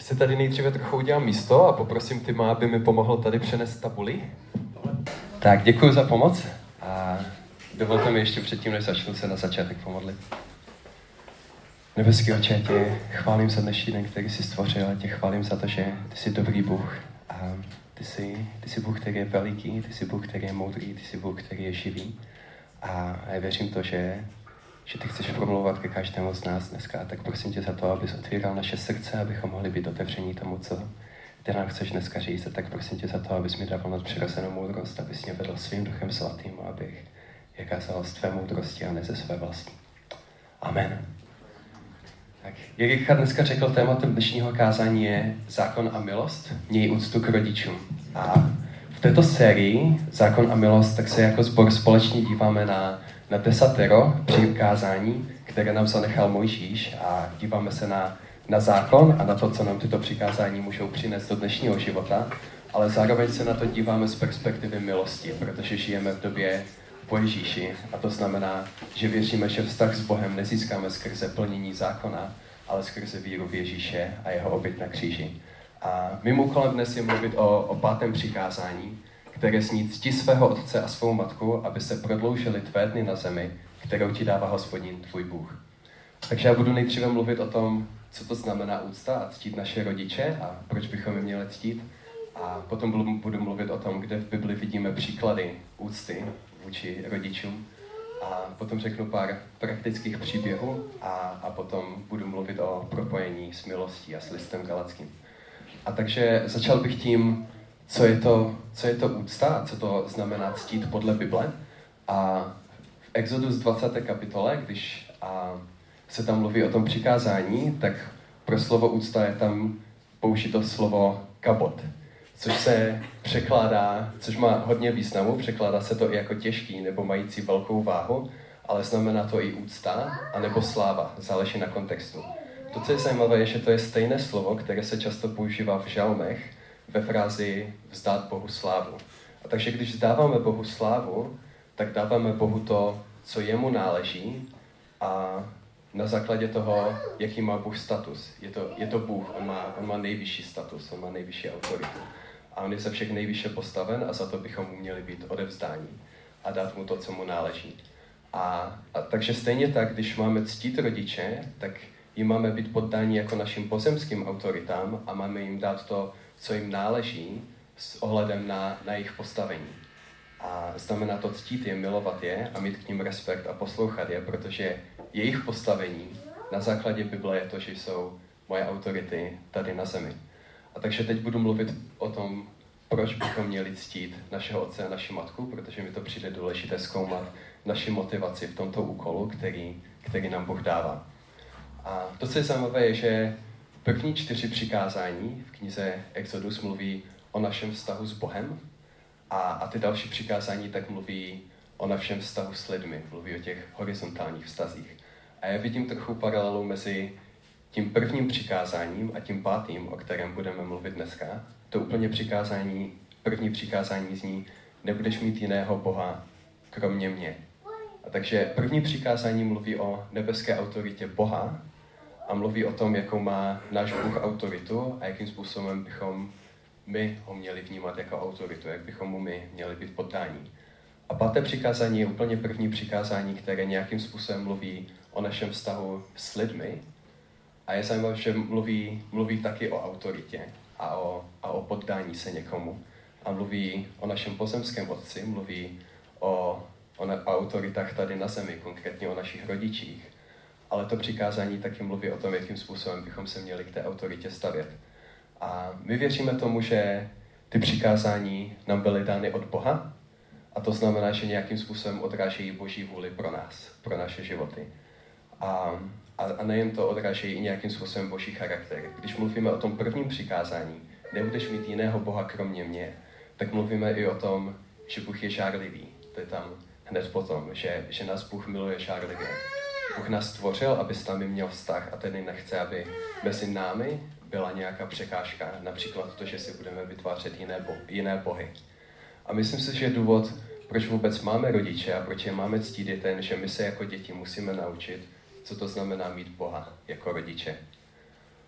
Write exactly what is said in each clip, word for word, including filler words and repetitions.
si tady nejdříve trochu udělám místo a poprosím Tima, aby mi pomohl tady přenést tabuli. Tak, děkuji za pomoc a dovolte mi ještě předtím, než začnu se na začátek pomodlit. Nebeský Otče, tě chválím za dnešní den, který jsi stvořil, a tě chválím za to, že ty jsi dobrý Bůh. A ty jsi, ty jsi Bůh, který je veliký, ty jsi Bůh, který je moudrý, ty jsi Bůh, který je živý. A já věřím to, že, že ty chceš promlouvat ke každému z nás dneska. A tak prosím tě za to, abys otvíral naše srdce, abychom mohli být otevření tomu, co ty nám chceš dneska říct. A tak prosím tě za to, abys mi dával nadpřirozenou moudrost, abys mě vedl svým Duchem Svatým, abych je kázal z tvé moudrosti a ne ze své vlastní. Amen. Tak, jak Richard dneska řekl, tématem dnešního kázání je zákon a milost, měj úctu k rodičům. A v této sérii zákon a milost tak se jako sbor společně díváme na, na desatero přikázání, které nám zanechal Mojžíš, a díváme se na, na zákon a na to, co nám tyto přikázání můžou přinést do dnešního života, ale zároveň se na to díváme z perspektivy milosti, protože žijeme v době po Ježíši, a to znamená, že věříme, že vztah s Bohem nezískáme skrze plnění zákona, ale skrze víru v Ježíše a jeho oběť na kříži. A mým úkolem dnes je mluvit o, o pátém přikázání, které zní: cti svého otce a svou matku, aby se prodloužily tvé dny na zemi, kterou ti dává Hospodin tvůj Bůh. Takže já budu nejdříve mluvit o tom, co to znamená úcta a ctít naše rodiče a proč bychom je měli ctít. A potom budu mluvit o tom, kde v Bibli vidíme příklady úcty vůči rodičům. A potom řeknu pár praktických příběhů a, a potom budu mluvit o propojení s milostí a s listem Galackým. A takže začal bych tím, co je to, co je to úcta a co to znamená ctít podle Bible. A v Exodus dvacáté kapitole, když a, se tam mluví o tom přikázání, tak pro slovo úcta je tam použito slovo kabot, což se překládá, což má hodně významu, překládá se to i jako těžký nebo mající velkou váhu, ale znamená to i úcta anebo sláva, záleží na kontextu. To, co je zajímavé, je, že to je stejné slovo, které se často používá v žalmech ve frázi vzdát Bohu slávu. A takže když vzdáváme Bohu slávu, tak dáváme Bohu to, co jemu náleží, a na základě toho, jaký má Bůh status. Je to, je to Bůh, on má, on má nejvyšší status, on má nejvyšší autoritu. A on je ze všech nejvyšše postaven a za to bychom mu měli být odevzdáni a dát mu to, co mu náleží. A, a takže stejně tak, když máme ctít rodiče, tak jim máme být poddáni jako našim pozemským autoritám a máme jim dát to, co jim náleží s ohledem na, na jejich postavení. A znamená to ctít je, milovat je a mít k nim respekt a poslouchat je, protože jejich postavení na základě Bible je to, že jsou moje autority tady na zemi. A takže teď budu mluvit o tom, proč bychom měli ctít našeho otce a naši matku, protože mi to přijde důležité zkoumat naši motivaci v tomto úkolu, který, který nám Bůh dává. A to, co je zajímavé, je, že první čtyři přikázání v knize Exodus mluví o našem vztahu s Bohem, a, a ty další přikázání tak mluví o našem vztahu s lidmi, mluví o těch horizontálních vztazích. A já vidím trochu paralelu mezi tím prvním přikázáním a tím pátým, o kterém budeme mluvit dneska. To úplně přikázání, první přikázání zní: nebudeš mít jiného Boha, kromě mě. A takže první přikázání mluví o nebeské autoritě Boha a mluví o tom, jakou má náš Bůh autoritu a jakým způsobem bychom my ho měli vnímat jako autoritu, jak bychom mu my měli být poddáni. A páté přikázání je úplně první přikázání, které nějakým způsobem mluví o našem vztahu s lidmi. A je zajímavé, že mluví, mluví taky o autoritě a o, a o poddání se někomu. A mluví o našem pozemském otci, mluví o, o, na, o autoritách tady na zemi, konkrétně o našich rodičích. Ale to přikázání taky mluví o tom, jakým způsobem bychom se měli k té autoritě stavět. A my věříme tomu, že ty přikázání nám byly dány od Boha, a to znamená, že nějakým způsobem odrážejí Boží vůli pro nás, pro naše životy. A, a, a nejen to, odrážejí i nějakým způsobem Boží charakter. Když mluvíme o tom prvním přikázání, nebudeš mít jiného Boha kromě mě, tak mluvíme i o tom, že Bůh je žárlivý. To je tam hned potom, že, že nás Bůh miluje žárlivě. Bůh nás stvořil, aby s námi měl vztah, a tedy nechce, aby mezi námi byla nějaká překážka, například to, že si budeme vytvářet jiné, bo- jiné bohy. A myslím si, že důvod, proč vůbec máme rodiče a proč je máme ctít, je ten, že my se jako děti musíme naučit, co to znamená mít Boha jako rodiče.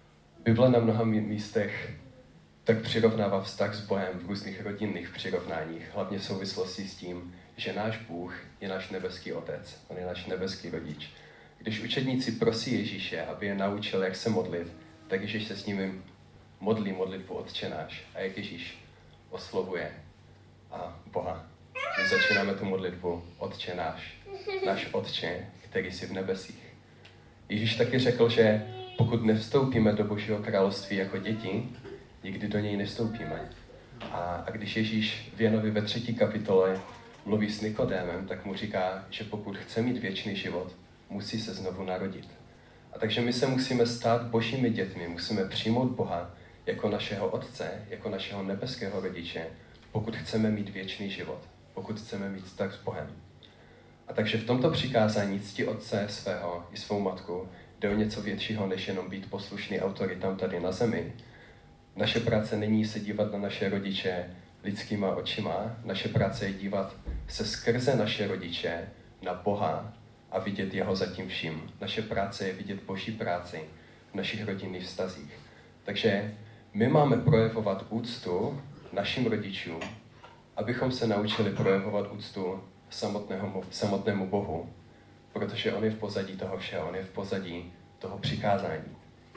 Bible na mnoha místech tak přirovnává vztah s Bohem v různých rodinných přirovnáních, hlavně v souvislosti s tím, že náš Bůh je náš nebeský otec, on je náš nebeský rodič. Když učedníci prosí Ježíše, aby je naučil, jak se modlit, tak Ježíš se s nimi modlí modlitbu Otče náš. A jak Ježíš oslovuje a Boha. My začínáme tu modlitbu Otče náš, náš Otče, který jsi v nebesích. Ježíš taky řekl, že pokud nevstoupíme do Božího království jako děti, nikdy do něj nevstoupíme. A, a když Ježíš v Janovi ve třetí kapitole mluví s Nikodémem, tak mu říká, že pokud chce mít věčný život, musí se znovu narodit. A takže my se musíme stát Božími dětmi, musíme přijmout Boha jako našeho Otce, jako našeho nebeského rodiče, pokud chceme mít věčný život, pokud chceme mít vztah s Bohem. A takže v tomto přikázání cti Otce svého i svou matku jde o něco většího, než jenom být poslušný autoritám tady na zemi. Naše práce není se dívat na naše rodiče lidskýma očima, naše práce je dívat se skrze naše rodiče na Boha a vidět jeho za tím vším. Naše práce je vidět Boží práci v našich rodinných vztazích. Takže my máme projevovat úctu našim rodičům, abychom se naučili projevovat úctu samotnému, samotnému Bohu, protože on je v pozadí toho všeho, on je v pozadí toho přikázání.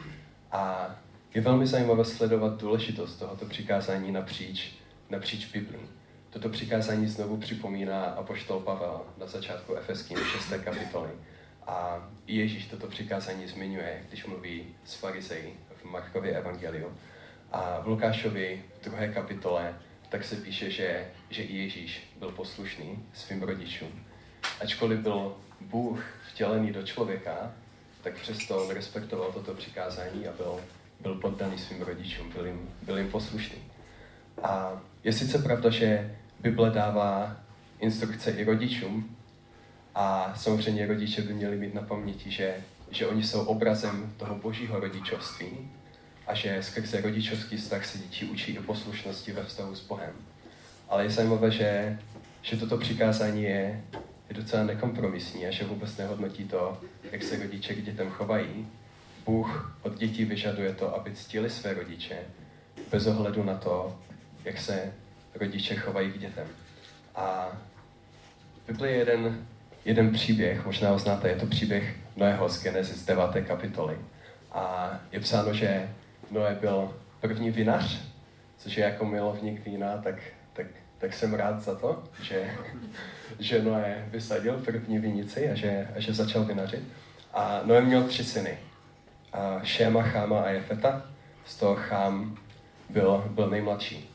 A je velmi zajímavé sledovat důležitost tohoto přikázání napříč, napříč Biblí. Toto přikázání znovu připomíná apoštol Pavel na začátku Efeským šesté kapitoly. A Ježíš toto přikázání zmiňuje, když mluví s farizeji v Markově evangeliu. A v Lukášovi druhé kapitole tak se píše, že, že i Ježíš byl poslušný svým rodičům. Ačkoliv byl Bůh vtělený do člověka, tak přesto on respektoval toto přikázání a byl, byl poddaný svým rodičům, byl jim, byl jim poslušný. A je sice pravda, že Bible dává instrukce i rodičům a samozřejmě rodiče by měli mít na paměti, že, že oni jsou obrazem toho božího rodičovství a že skrze rodičovský vztah se děti učí i poslušnosti ve vztahu s Bohem. Ale je zajímavé, že, že toto přikázání je, je docela nekompromisní a že vůbec nehodnotí to, jak se rodiče k dětem chovají. Bůh od dětí vyžaduje to, aby ctili své rodiče, bez ohledu na to, jak se rodiče chovají k dětem. A v Biblii je jeden, jeden příběh, možná ho znáte, je to příběh Noého z Genesis deváté kapitoly. A je psáno, že Noé byl první vinař, což je jako milovník vína, tak, tak, tak jsem rád za to, že, že Noé vysadil první vinici a že, a že začal vinařit. A Noé měl tři syny. A Šéma, Cháma a Jefeta. Z toho Chám byl, byl nejmladší.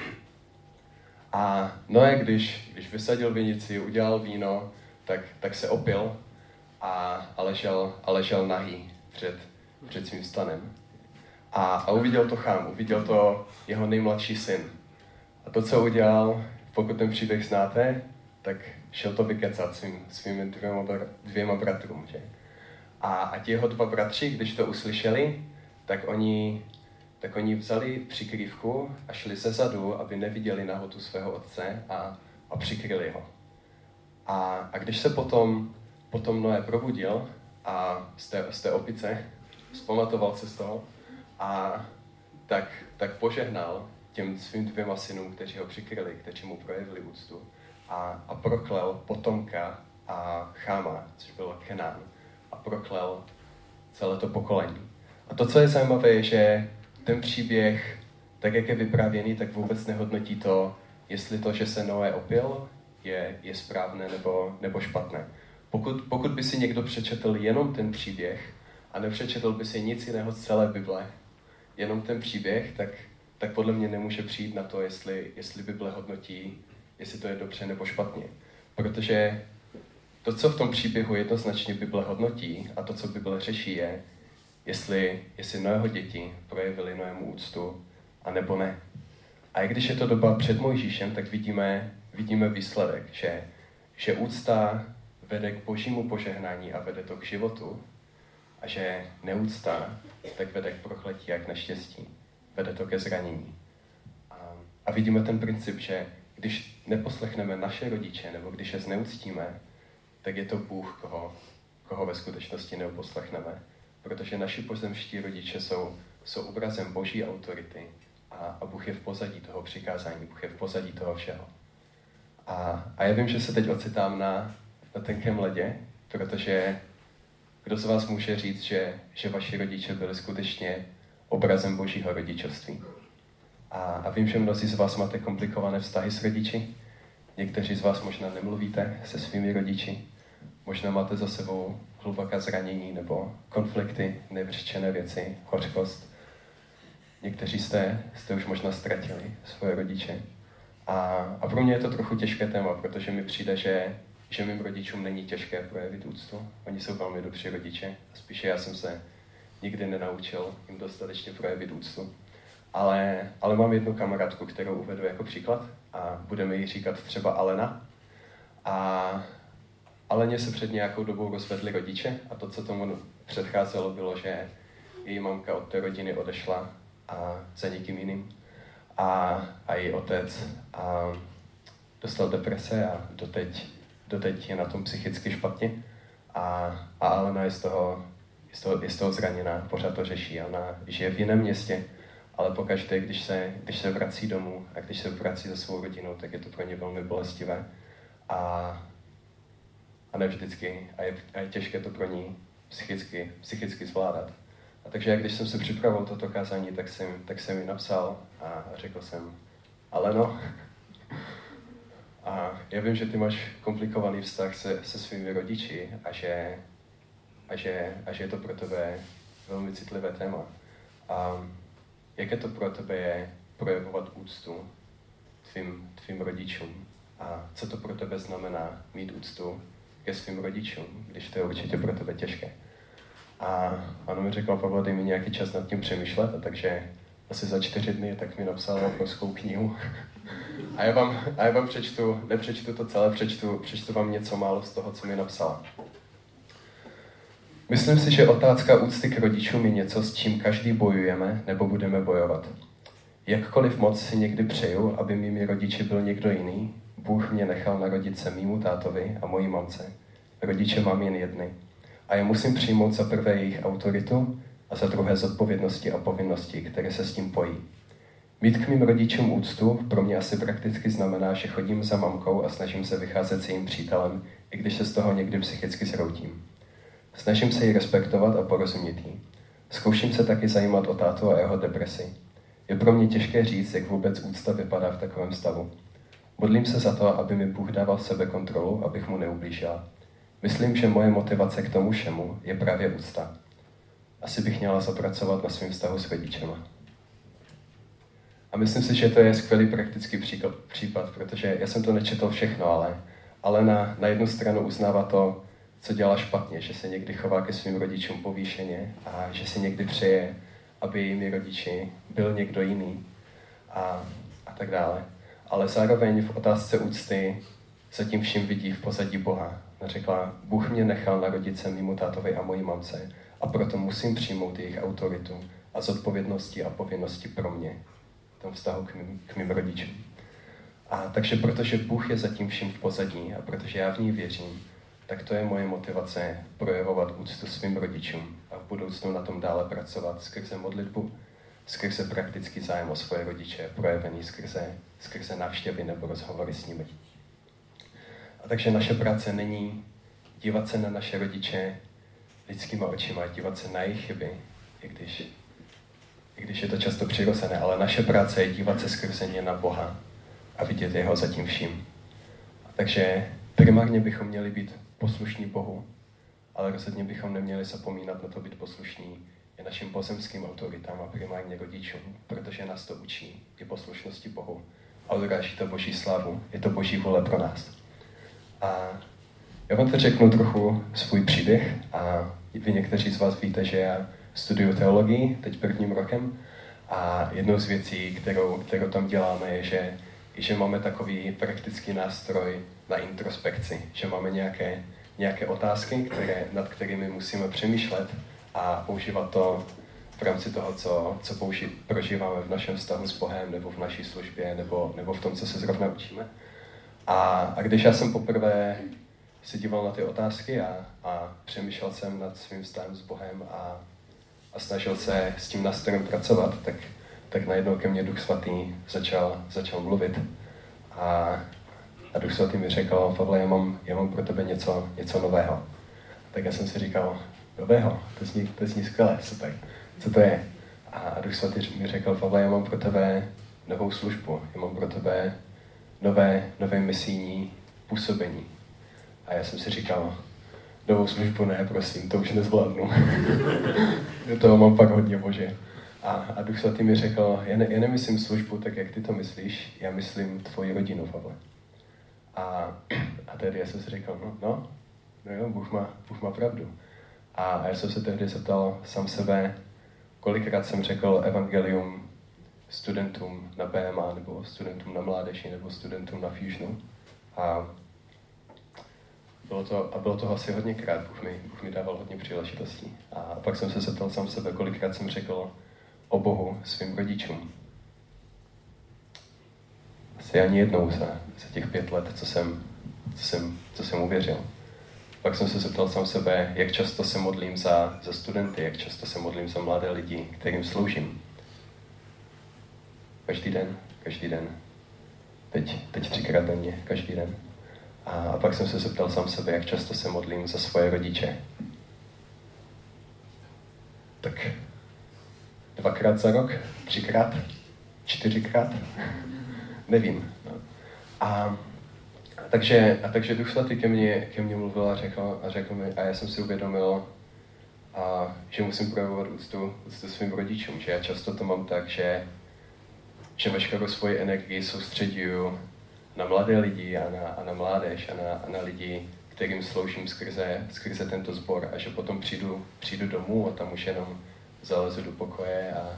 A Noé, když, když vysadil vinici, udělal víno, tak, tak se opil a, a, ležel, a ležel nahý před, před svým stanem. A, a uviděl to Chám, uviděl to jeho nejmladší syn. A to, co udělal, pokud ten příběh znáte, tak šel to vykecat svým, svým dvěma, dvěma bratrům. Že? A, a ti jeho dva bratři, když to uslyšeli, tak oni, tak oni vzali přikrývku a šli ze zadu, aby neviděli nahotu svého otce a, a přikryli ho. A, a když se potom, potom Noé probudil a z té, z té opice, vzpamatoval se z toho, a tak, tak požehnal těm svým dvěma synům, kteří ho přikryli, kteří mu projevili úctu a, a proklel potomka a Cháma, což bylo Kenán, a proklel celé to pokolení. A to, co je zajímavé, je, že ten příběh, tak jak je vyprávěný, tak vůbec nehodnotí to, jestli to, že se Noé opil, je, je správné nebo, nebo špatné. Pokud, pokud by si někdo přečetl jenom ten příběh a nepřečetl by si nic jiného z celé Bible, jenom ten příběh, tak, tak podle mě nemůže přijít na to, jestli, jestli Bible hodnotí, jestli to je dobře nebo špatně. Protože to, co v tom příběhu jednoznačně Bible hodnotí a to, co Bible řeší, je, jestli, jestli Noého děti projevili Noému úctu, a nebo ne. A i když je to doba před Mojžíšem, tak vidíme, vidíme výsledek, že, že úcta vede k božímu požehnání a vede to k životu, a že neúcta tak vede k prokletí a k neštěstí. Vede to ke zranění. A, a vidíme ten princip, že když neposlechneme naše rodiče, nebo když je zneuctíme, tak je to Bůh, koho, koho ve skutečnosti neposlechneme. Protože naši pozemští rodiče jsou jsou obrazem boží autority a, a Bůh je v pozadí toho přikázání, Bůh je v pozadí toho všeho. A, a já vím, že se teď ocitám na, na tenkém ledě, protože kdo z vás může říct, že, že vaši rodiče byli skutečně obrazem božího rodičovství. A, a vím, že mnozí z vás máte komplikované vztahy s rodiči, někteří z vás možná nemluvíte se svými rodiči, možná máte za sebou hluboká zranění nebo konflikty, nevyřčené věci, hořkost. Někteří jste, jste už možná ztratili svoje rodiče. A, a pro mě je to trochu těžké téma, protože mi přijde, že, že mým rodičům není těžké projevit úctu. Oni jsou velmi dobří rodiče a spíše já jsem se nikdy nenaučil jim dostatečně projevit úctu. Ale, ale mám jednu kamarádku, kterou uvedu jako příklad a budeme jí říkat třeba Alena. A Aleně se před nějakou dobou rozvedli rodiče a to, co tomu předcházelo, bylo, že její mamka od té rodiny odešla a za někým jiným. A, a její otec a dostal deprese a doteď, doteď je na tom psychicky špatně. A, a Alena je z, toho, je, z toho, je z toho zraněná, pořád to řeší. Ona žije v jiném městě, ale pokaždé, když se, když se vrací domů a když se vrací za svou rodinou, tak je to pro ně velmi bolestivé. A, a ne vždycky. A je, a je těžké to pro ní psychicky, psychicky zvládat. A takže jak když jsem se připravoval toto kázání, tak jsem, tak jsem mi napsal a řekl jsem, Aleno, a já vím, že ty máš komplikovaný vztah se, se svými rodiči a že, a, že, a že je to pro tebe velmi citlivé téma. A jaké to pro tebe je projevovat úctu tvým, tvým rodičům? A co to pro tebe znamená mít úctu ke svým rodičům, když to je určitě pro tebe těžké? A ono mi řekl, Pavel, dej mi nějaký čas nad tím přemýšlet, a takže asi za čtyři dny tak mi napsal obrovskou knihu. A já vám, a já vám přečtu, nepřečtu to celé, přečtu, přečtu vám něco málo z toho, co mi napsala. Myslím si, že otázka úcty k rodičům je něco, s čím každý bojujeme nebo budeme bojovat. Jakkoliv moc si někdy přeju, aby mými rodiči byl někdo jiný, Bůh mě nechal narodit se mýmu tátovi a mojí mamce. Rodiče mám jen jedny. A já musím přijmout za prvé jejich autoritu a za druhé zodpovědnosti a povinnosti, které se s tím pojí. Mít k mým rodičům úctu pro mě asi prakticky znamená, že chodím za mamkou a snažím se vycházet s jejím přítelem, i když se z toho někdy psychicky zroutím. Snažím se ji respektovat a porozumět jí. Zkouším se taky zajímat o tátu a jeho depresi. Je pro mě těžké říct, jak vůbec úcta vypadá v takovém stavu. Modlím se za to, aby mi Bůh dával sebekontrolu, abych mu neublížila. Myslím, že moje motivace k tomu všemu je právě úcta. Asi bych měla zapracovat na svém vztahu s rodičema. A myslím si, že to je skvělý praktický příklad, případ, protože já jsem to nečetl všechno, ale, ale na, na jednu stranu uznává to, co dělá špatně, že se někdy chová ke svým rodičům povýšeně a že si někdy přeje, aby jejími rodiči byl někdo jiný a, a tak dále. Ale zároveň v otázce úcty zatím vším vidí v pozadí Boha. Řekla, Bůh mě nechal narodit se mýmu tátovi a mojí mamce a proto musím přijmout jejich autoritu a zodpovědnosti a povinnosti pro mě v tom vztahu k mým, k mým rodičům. A takže protože Bůh je zatím vším v pozadí a protože já v ní věřím, tak to je moje motivace projevovat úctu svým rodičům a v budoucnu na tom dále pracovat skrze modlitbu, skrze praktický zájem o svoje rodiče, projevený skrze, skrze návštěvy nebo rozhovory s nimi. A takže naše práce není dívat se na naše rodiče lidskýma očima, dívat se na jejich chyby, i když, i když je to často přirozené, ale naše práce je dívat se skrze ně na Boha a vidět jeho zatím vším. A takže primárně bychom měli být poslušní Bohu, ale rozhodně bychom neměli zapomínat na to být poslušní i našim pozemským autoritám a primárně rodičům, protože nás to učí i poslušnosti Bohu. A odráží to Boží slávu, je to Boží vůle pro nás. A já vám teď řeknu trochu svůj příběh a vy někteří z vás víte, že já studuju teologii teď prvním rokem a jednou z věcí, kterou, kterou tam děláme, je, že, že máme takový praktický nástroj na introspekci, že máme nějaké, nějaké otázky, které, nad kterými musíme přemýšlet a používat to v rámci toho, co, co použi, prožíváme v našem vztahu s Bohem nebo v naší službě nebo, nebo v tom, co se zrovna učíme. A, a když já jsem poprvé se díval na ty otázky a, a přemýšlel jsem nad svým vztahem s Bohem a, a snažil se s tím nástrojem pracovat, tak, tak najednou ke mně Duch Svatý začal, začal mluvit. A, a Duch Svatý mi řekl, Pavle, já mám, já mám pro tebe něco, něco nového. Tak já jsem si říkal, nového, to zní, to zní skvěle, super, co to je? A Duch Svatý mi řekl, Pavle, já mám pro tebe novou službu, já mám pro tebe nové, nové misijní působení. A já jsem si říkal, novou službu ne, prosím, to už nezvládnu. Do toho mám pak hodně, Bože. A, a Duch Svatý mi řekl, já, ne, já nemyslím službu tak, jak ty to myslíš, já myslím tvoji rodinu, Pavle. A, a tehdy já jsem si říkal, no, no, no jo, Bůh má, Bůh má pravdu. A, a já jsem se tehdy zeptal sám sebe, kolikrát jsem řekl evangelium studentům na B M A, nebo studentům na mládeži, nebo studentům na Fusionu. A bylo to, a bylo to asi hodněkrát, Bůh mi, Bůh mi dával hodně příležitostí. A pak jsem se zeptal sám sebe, kolikrát jsem řekl o Bohu svým rodičům. Asi ani jednou za, za těch pět let, co jsem, co jsem, co jsem uvěřil. Pak jsem se zeptal sám sebe, jak často se modlím za, za studenty, jak často se modlím za mladé lidi, kterým sloužím. Každý den, každý den. Teď, teď třikrát denně, každý den. A pak jsem se zeptal sám sebe, jak často se modlím za svoje rodiče. Tak dvakrát za rok, třikrát, čtyřikrát, nevím. No. A, takže, a takže Duch Svatý ke mně, ke mně mluvil a řekl, a řekl mi, a já jsem si uvědomil, a, že musím projevovat úctu, úctu svým rodičům, že já často to mám tak, že, že veškerou svoji energii soustředuju na mladé lidi a na, a na mládež a na, a na lidi, kterým sloužím skrze, skrze tento sbor a že potom přijdu, přijdu domů a tam už jenom zalezu do pokoje a,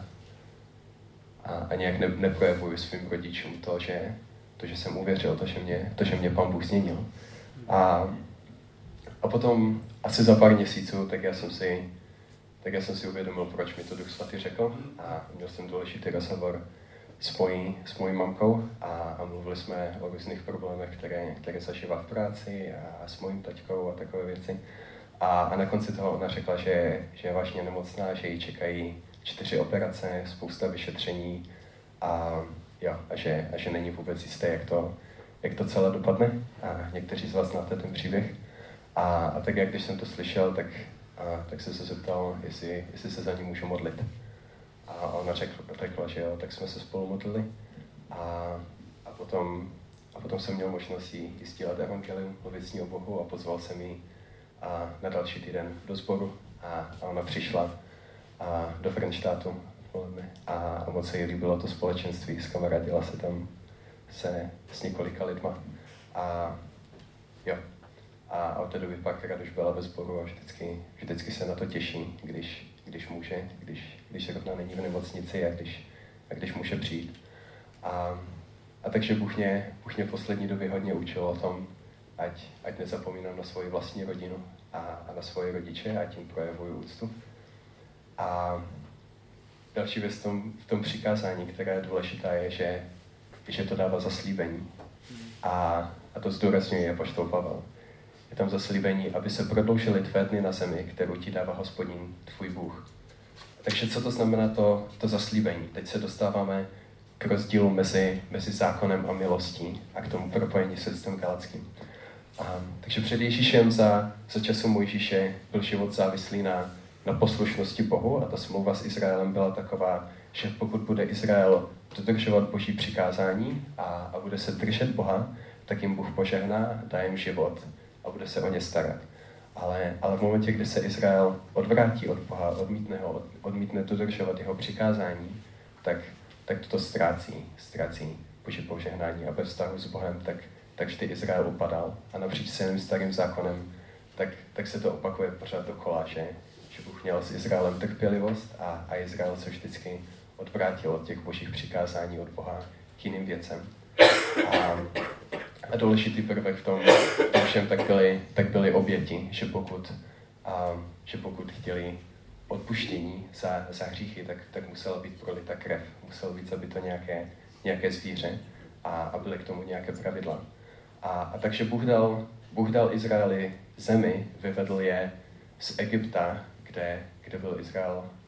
a, a nějak ne, neprojevuju svým rodičům to, že, to, že jsem uvěřil, to, že mě, to, že mě Pán Bůh změnil. A, a potom asi za pár měsíců, tak já jsem si, tak já jsem si uvědomil, proč mi to Duch Svatý řekl a měl jsem důležitý rozhovor s mojí, s mojí mamkou a, a mluvili jsme o různých problémech, které, které zažívá v práci a, a s mojím taťkou a takové věci. A, a na konci toho ona řekla, že, že je vážně nemocná, že ji čekají čtyři operace, spousta vyšetření a, jo, a, že, a že není vůbec jisté, jak to, jak to celé dopadne. A někteří z vás znáte ten příběh. A, a tak jak když jsem to slyšel, tak, a, tak jsem se zeptal, jestli, jestli se za ní můžu modlit. A ona řekla, řekla, že jo, tak jsme se spolu modlili. A, a, potom, a potom jsem měl možnost jí sdílet evangelium, mluvit s ní o Bohu a pozval jsem ji a na další týden do sboru. A, a ona přišla a do Frenštátu a, a moc se jí líbilo to společenství, zkamarádila se tam se s několika lidma. A jo. A od té doby pak rád už byla ve sboru a vždycky, vždycky se na to těší, když když může, když, když zrovna není v nemocnici a když, a když může přijít. A, a takže Bůh mě, Bůh mě v poslední době hodně učil o tom, ať, ať nezapomínám na svoji vlastní rodinu a, a na svoje rodiče a tím projevuju úctu. A další věc v tom, v tom přikázání, která je důležitá, je, že, že to dává zaslíbení. A, a to zdůrazňuje apoštol Pavel. Je tam zaslíbení, aby se prodloužily tvé dny na zemi, kterou ti dává Hospodin, tvůj Bůh. Takže co to znamená to, to zaslíbení? Teď se dostáváme k rozdílu mezi, mezi zákonem a milostí a k tomu propojení s listem Galackým. A, takže před Ježíšem za, za času Mojžíše byl život závislý na, na poslušnosti Bohu a ta smlouva s Izraelem byla taková, že pokud bude Izrael dodržovat Boží přikázání a, a bude se držet Boha, tak jim Bůh požehná, dá jim život a bude se o ně starat. Ale, ale v momentě, kdy se Izrael odvrátí od Boha, odmítne ho, od, odmítne dodržovat jeho přikázání, tak, tak to ztrácí, ztrácí Boží požehnání a ve vztahu s Bohem, tak, tak vždy Izrael upadal. A napříč celým starým zákonem, tak, tak se to opakuje pořád dokola, že, že Bůh měl s Izraelem trpělivost a, a Izrael se vždycky odvrátil od těch Božích přikázání od Boha k jiným věcem. A, A důležitý prvek v tom, v tom všem tak byly, tak byly oběti, že pokud, a, že pokud chtěli odpuštění za, za hříchy, tak, tak musela být prolita krev, muselo být zabito nějaké, nějaké zvíře a, a byly k tomu nějaké pravidla. A, a takže Bůh dal, Bůh dal Izraeli zemi, vyvedl je z Egypta, kde, kde byl Izrael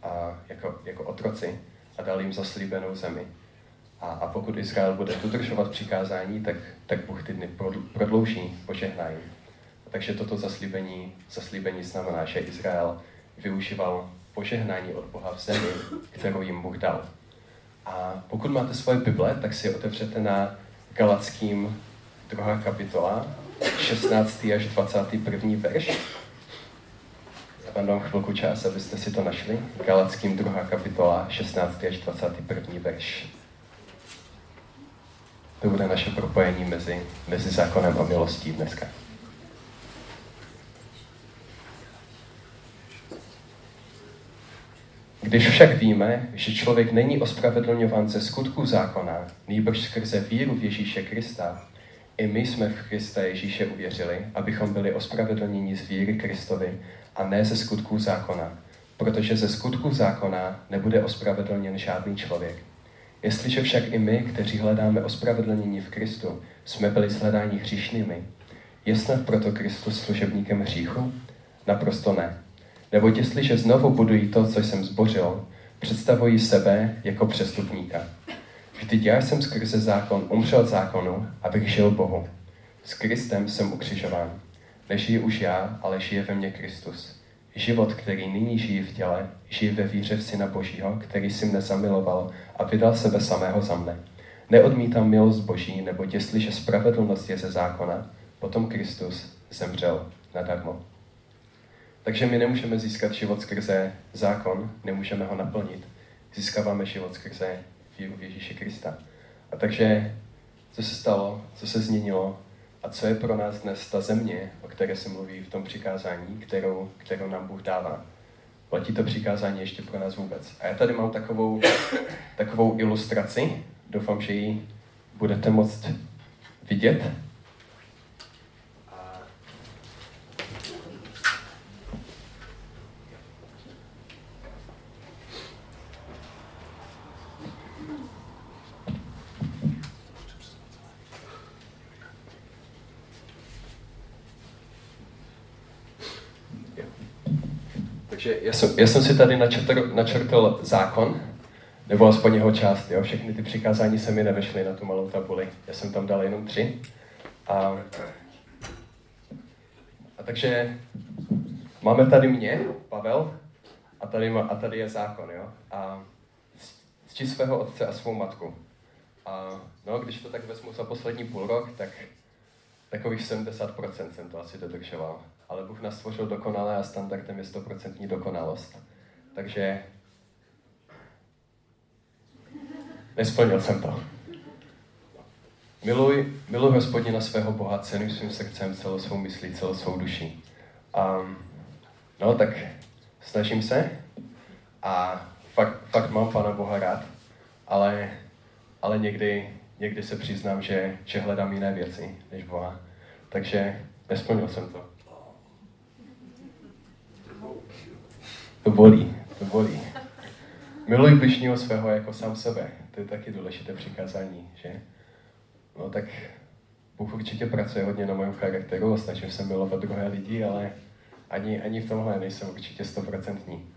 a jako, jako otroci a dal jim zaslíbenou zemi. A, a pokud Izrael bude dodržovat přikázání, tak, tak Bůh ty dny prodlouží, požehná jim. Takže toto zaslíbení, zaslíbení znamená, že Izrael využíval požehnání od Boha v zemi, kterou jim Bůh dal. A pokud máte svoje Bible, tak si otevřete na Galackým druhá kapitola, šestnáctý až dvacátý první verš. Já vám dám chvilku čas, abyste si to našli. Galackým druhá kapitola, šestnáctý až dvacátý první verš. To bude naše propojení mezi, mezi zákonem a milostí dneska. Když však víme, že člověk není ospravedlňován ze skutků zákona, nýbrž skrze víru v Ježíše Krista, i my jsme v Krista Ježíše uvěřili, abychom byli ospravedlněni z víry Kristovi a ne ze skutků zákona, protože ze skutků zákona nebude ospravedlněn žádný člověk. Jestliže však i my, kteří hledáme ospravedlnění v Kristu, jsme byli shledáni hříšnými, je snad proto Kristus služebníkem hříchu? Naprosto ne. Neboť jestliže znovu budují to, co jsem zbořil, představují sebe jako přestupníka. Vždyť já jsem skrze zákon umřel zákonu, abych žil Bohu. S Kristem jsem ukřižován. Nežiji už já, ale žije ve mně Kristus. Život, který nyní žijí v těle, žijí ve víře v Syna Božího, který si mne zamiloval a vydal sebe samého za mne. Neodmítám milost Boží, neboť jestliže spravedlnost je ze zákona, potom Kristus zemřel nadarmo. Takže my nemůžeme získat život skrze zákon, nemůžeme ho naplnit. Získáváme život skrze víru v Ježíše Krista. A takže, co se stalo, co se změnilo a co je pro nás dnes ta země, o které se mluví v tom přikázání, kterou, kterou nám Bůh dává. Platí to přikázání ještě pro nás vůbec. A já tady mám takovou, takovou ilustraci, doufám, že ji budete moct vidět. Takže já jsem, já jsem si tady načrtl, načrtl zákon, nebo aspoň jeho část, jo? Všechny ty přikázání se mi nevešly na tu malou tabuli. Já jsem tam dal jenom tři. A, a takže máme tady mě, Pavel, a tady, má, a tady je zákon, jo? A cti svého otce a svou matku. A no, když to tak vezmu za poslední půl rok, tak takových sedmdesát procent jsem to asi dodržoval. Ale Bůh nás stvořil dokonale a standardem je sto procent dokonalost. Takže nesplnil jsem to. Miluj, miluj Hospodina svého Boha celým svým srdcem, celou svou myslí, celou svou duší. Um, no, tak snažím se a fakt, fakt mám Pana Boha rád, ale, ale někdy, někdy se přiznám, že, že hledám jiné věci než Boha. Takže nesplnil jsem to. To bolí, to bolí. Miluj bližního svého jako sám sebe. To je taky důležité přikázání, že? No tak Bůh určitě pracuje hodně na mém charakteru a snažím se milovat druhé lidi, ale ani, ani v tomhle nejsem určitě stoprocentní.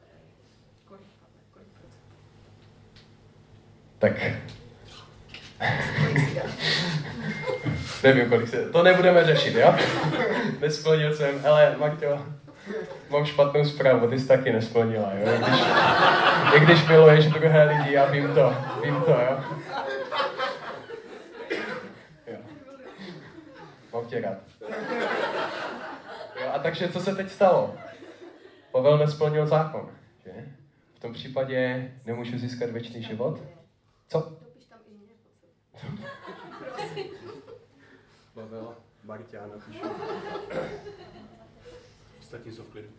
Tak. Nevím, kolik se... To nebudeme řešit, jo? Nesplnil jsem, ale Marťo, mám špatnou zprávu, ty jsi taky nesplnila, jo? I když, i když miluješ druhé lidi, já vím to, vím to, jo? Jo. Mám tě rád. Jo, a takže co se teď stalo? Pavel nesplnil zákon, že? V tom případě nemůžu získat věčný život? Co? Pavel, Marťa, napíšu. Ostatní jsou v klidu.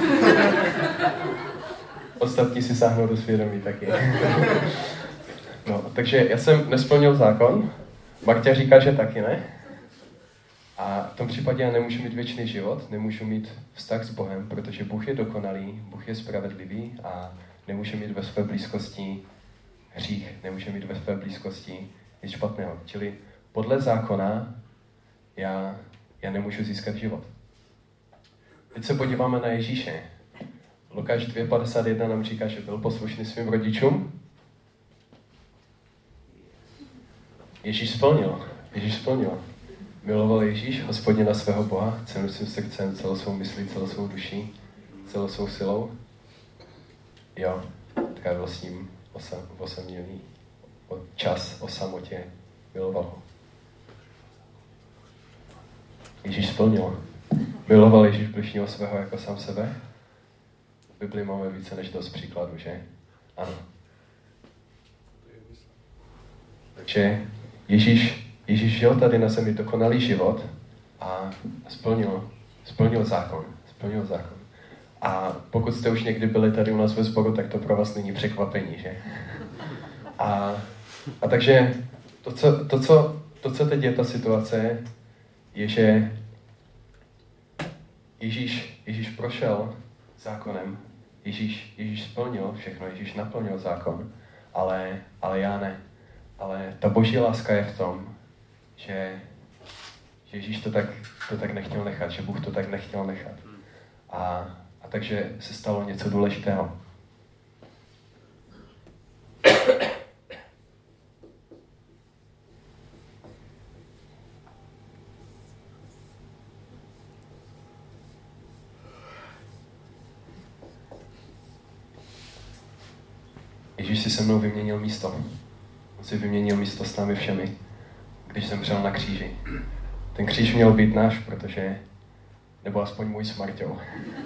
Ostatní si sáhnou do svědomí taky. No, takže já jsem nesplnil zákon. Marťa říká, že taky ne. A v tom případě já nemůžu mít věčný život, nemůžu mít vztah s Bohem, protože Bůh je dokonalý, Bůh je spravedlivý a nemůže mít ve své blízkosti hřích, nemůže mít ve své blízkosti nic špatného. Čili podle zákona já, já nemůžu získat život. Teď se podíváme na Ježíše. Lukáš dva padesát jedna nám říká, že byl poslušný svým rodičům. Ježíš splnil. Ježíš splnil. Miloval Ježíš, Hospodina svého Boha, celým svým srdcem, celou svou myslí, celou svou duší, celou svou silou. Jo, trávil s ním osam, osamělý čas o samotě, miloval ho. Ježíš splnil. Miloval Ježíš bližního svého jako sám sebe. V Biblii máme více než dost příkladů, že? Ano. Takže Ježíš, Ježíš žil tady na zemi dokonalý život a splnil, splnil zákon. Splnil zákon. A pokud jste už někdy byli tady u nás ve sboru, tak to pro vás není překvapení, že? A, a takže to co, to, co, to, co teď je ta situace, je, že Ježíš, Ježíš prošel zákonem, Ježíš, Ježíš splnil všechno, Ježíš naplnil zákon, ale, ale já ne. Ale ta boží láska je v tom, že, že Ježíš to tak, to tak nechtěl nechat, že Bůh to tak nechtěl nechat. A, a takže se stalo něco důležitého. Ježíš si se mnou vyměnil místo. On si vyměnil místo s námi všemi, když zemřel na kříži. Ten kříž měl být náš, protože, nebo aspoň můj s Marťou.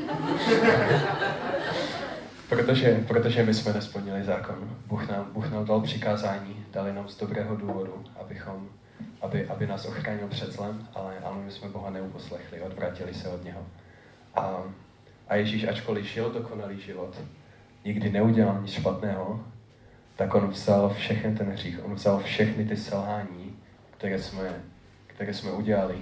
protože, protože my jsme nesplnili zákon. Bůh nám, Bůh nám dal přikázání, dali nám z dobrého důvodu, abychom, aby, aby nás ochránil před zlem, ale, ale my jsme Boha neuposlechli, odvrátili se od něho. A, a Ježíš, ačkoliv žil dokonalý život, nikdy neudělal nic špatného, tak on vzal všechny ten hřích, on vzal všechny ty selhání, které jsme, které jsme udělali.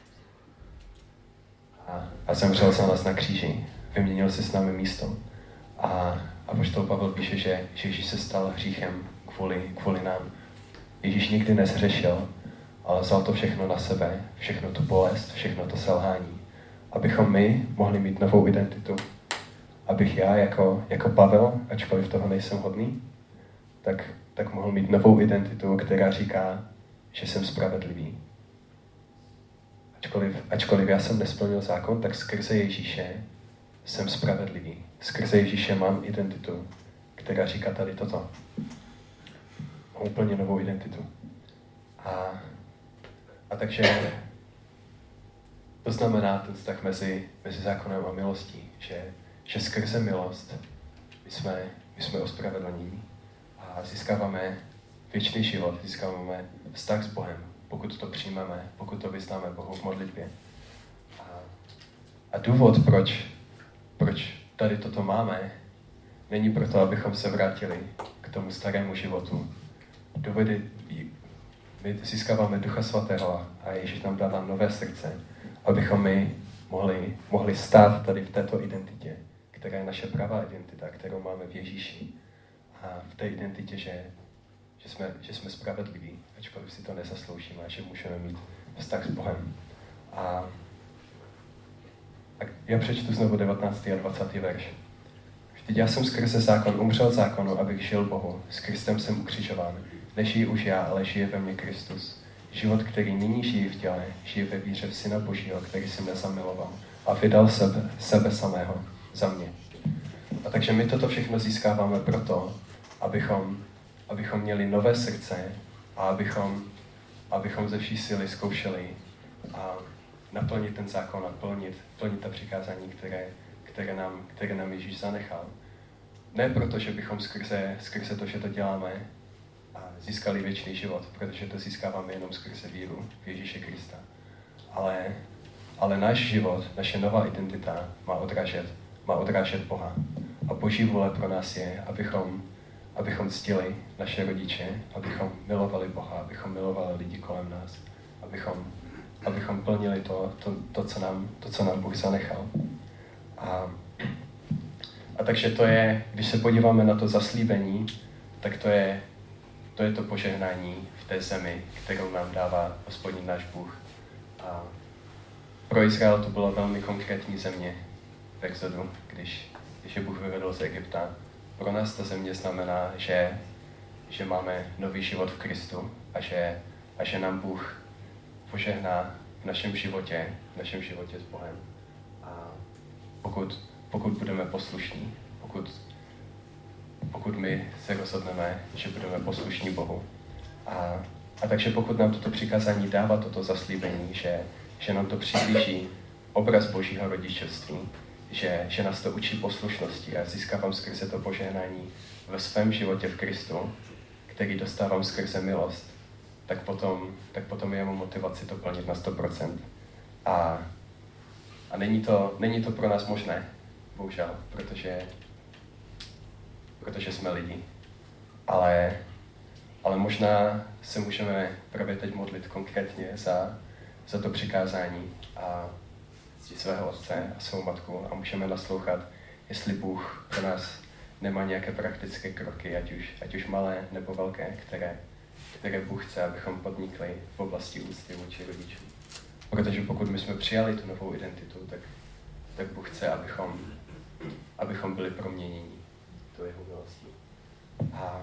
A, a zemřel za nás na kříži, vyměnil si s námi místo. A apoštol Pavel píše, že, že Ježíš se stal hříchem kvůli, kvůli nám. Ježíš nikdy nezhřešil, ale vzal to všechno na sebe, všechno tu bolest, všechno to selhání, abychom my mohli mít novou identitu. Abych já jako, jako Pavel, ačkoliv toho nejsem hodný, tak, tak mohl mít novou identitu, která říká, že jsem spravedlivý. Ačkoliv, ačkoliv já jsem nesplnil zákon, tak skrze Ježíše jsem spravedlivý. Skrze Ježíše mám identitu, která říká tady toto. Mám úplně novou identitu. A, a takže to znamená ten vztah mezi, mezi zákonem a milostí, že, že skrze milost my jsme, my jsme ospravedlnění a získáváme věčný život, získáváme vztah s Bohem, pokud to přijmeme, pokud to vyznáme Bohu v modlitbě. A, a důvod, proč, proč tady toto máme, není proto, abychom se vrátili k tomu starému životu. Důvody, my získáváme Ducha Svatého a Ježíš nám dává nové srdce, abychom my mohli, mohli stát tady v této identitě, která je naše pravá identita, kterou máme v Ježíši. A v té identitě, že, že, jsme, že jsme spravedliví, ačkoliv si to nezasloužíme, že můžeme mít vztah s Bohem. A, a já přečtu znovu devatenáctý a dvacátý verš. Vždyť já jsem skrze zákon umřel zákonu, abych žil Bohu. S Kristem jsem ukřižován. Nežijí už já, ale žije ve mně Kristus. Život, který nyní žije v těle, žije ve víře v Syna Božího, který si mě zamiloval a vydal sebe, sebe samého za mě. A takže my toto všechno získáváme proto, abychom, abychom měli nové srdce a abychom, abychom ze vší síly zkoušeli a naplnit ten zákon a plnit, plnit ta přikázání, které, které, nám, které nám Ježíš zanechal. Ne proto, že bychom skrze, skrze to, že to děláme, a získali věčný život, protože to získáváme jenom skrze víru v Ježíše Krista. Ale, ale náš život, naše nová identita má odrážet, má odrážet Boha. A Boží vůle pro nás je, abychom, abychom ctili naše rodiče, abychom milovali Boha, abychom milovali lidi kolem nás, abychom, abychom plnili to, to, to, co nám, to, co nám Bůh zanechal. A, a takže to je, když se podíváme na to zaslíbení, tak to je To je to požehnání v té zemi, kterou nám dává Hospodin náš Bůh. A pro Izrael to byla velmi konkrétní země v Exodu, když, když je Bůh vyvedl z Egypta. Pro nás ta země znamená, že, že máme nový život v Kristu a že, a že nám Bůh požehná v našem životě, v našem životě s Bohem. A pokud, pokud budeme poslušní, pokud, pokud my se rozhodneme, že budeme poslušní Bohu. A, a takže pokud nám toto přikázání dává toto zaslíbení, že, že nám to přiblíží obraz Božího rodičovství, že, že nás to učí poslušnosti a získávám skrze to požehnání ve svém životě v Kristu, který dostávám skrze milost, tak potom, tak potom já mám motivaci to plnit na sto procent. A, a není, to, není to pro nás možné, bohužel, protože, protože jsme lidi. Ale, ale možná se můžeme právě teď modlit konkrétně za, za to přikázání a svého otce a svou matku a můžeme naslouchat, jestli Bůh pro nás nemá nějaké praktické kroky, ať už, ať už malé nebo velké, které, které Bůh chce, abychom podnikli v oblasti úcty vůči rodičům. Protože pokud my jsme přijali tu novou identitu, tak, tak Bůh chce, abychom, abychom byli proměněni tou jeho milostí. A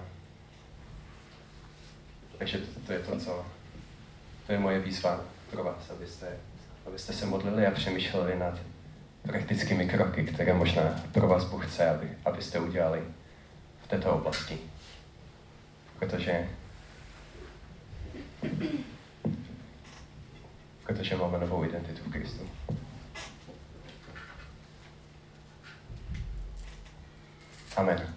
takže to, to je to, co to je moje výzva pro vás, abyste abyste se modlili a přemýšleli nad praktickými kroky, které možná pro vás Bůh chce, aby, abyste udělali v této oblasti. Protože, protože máme novou identitu v Kristu. Amen.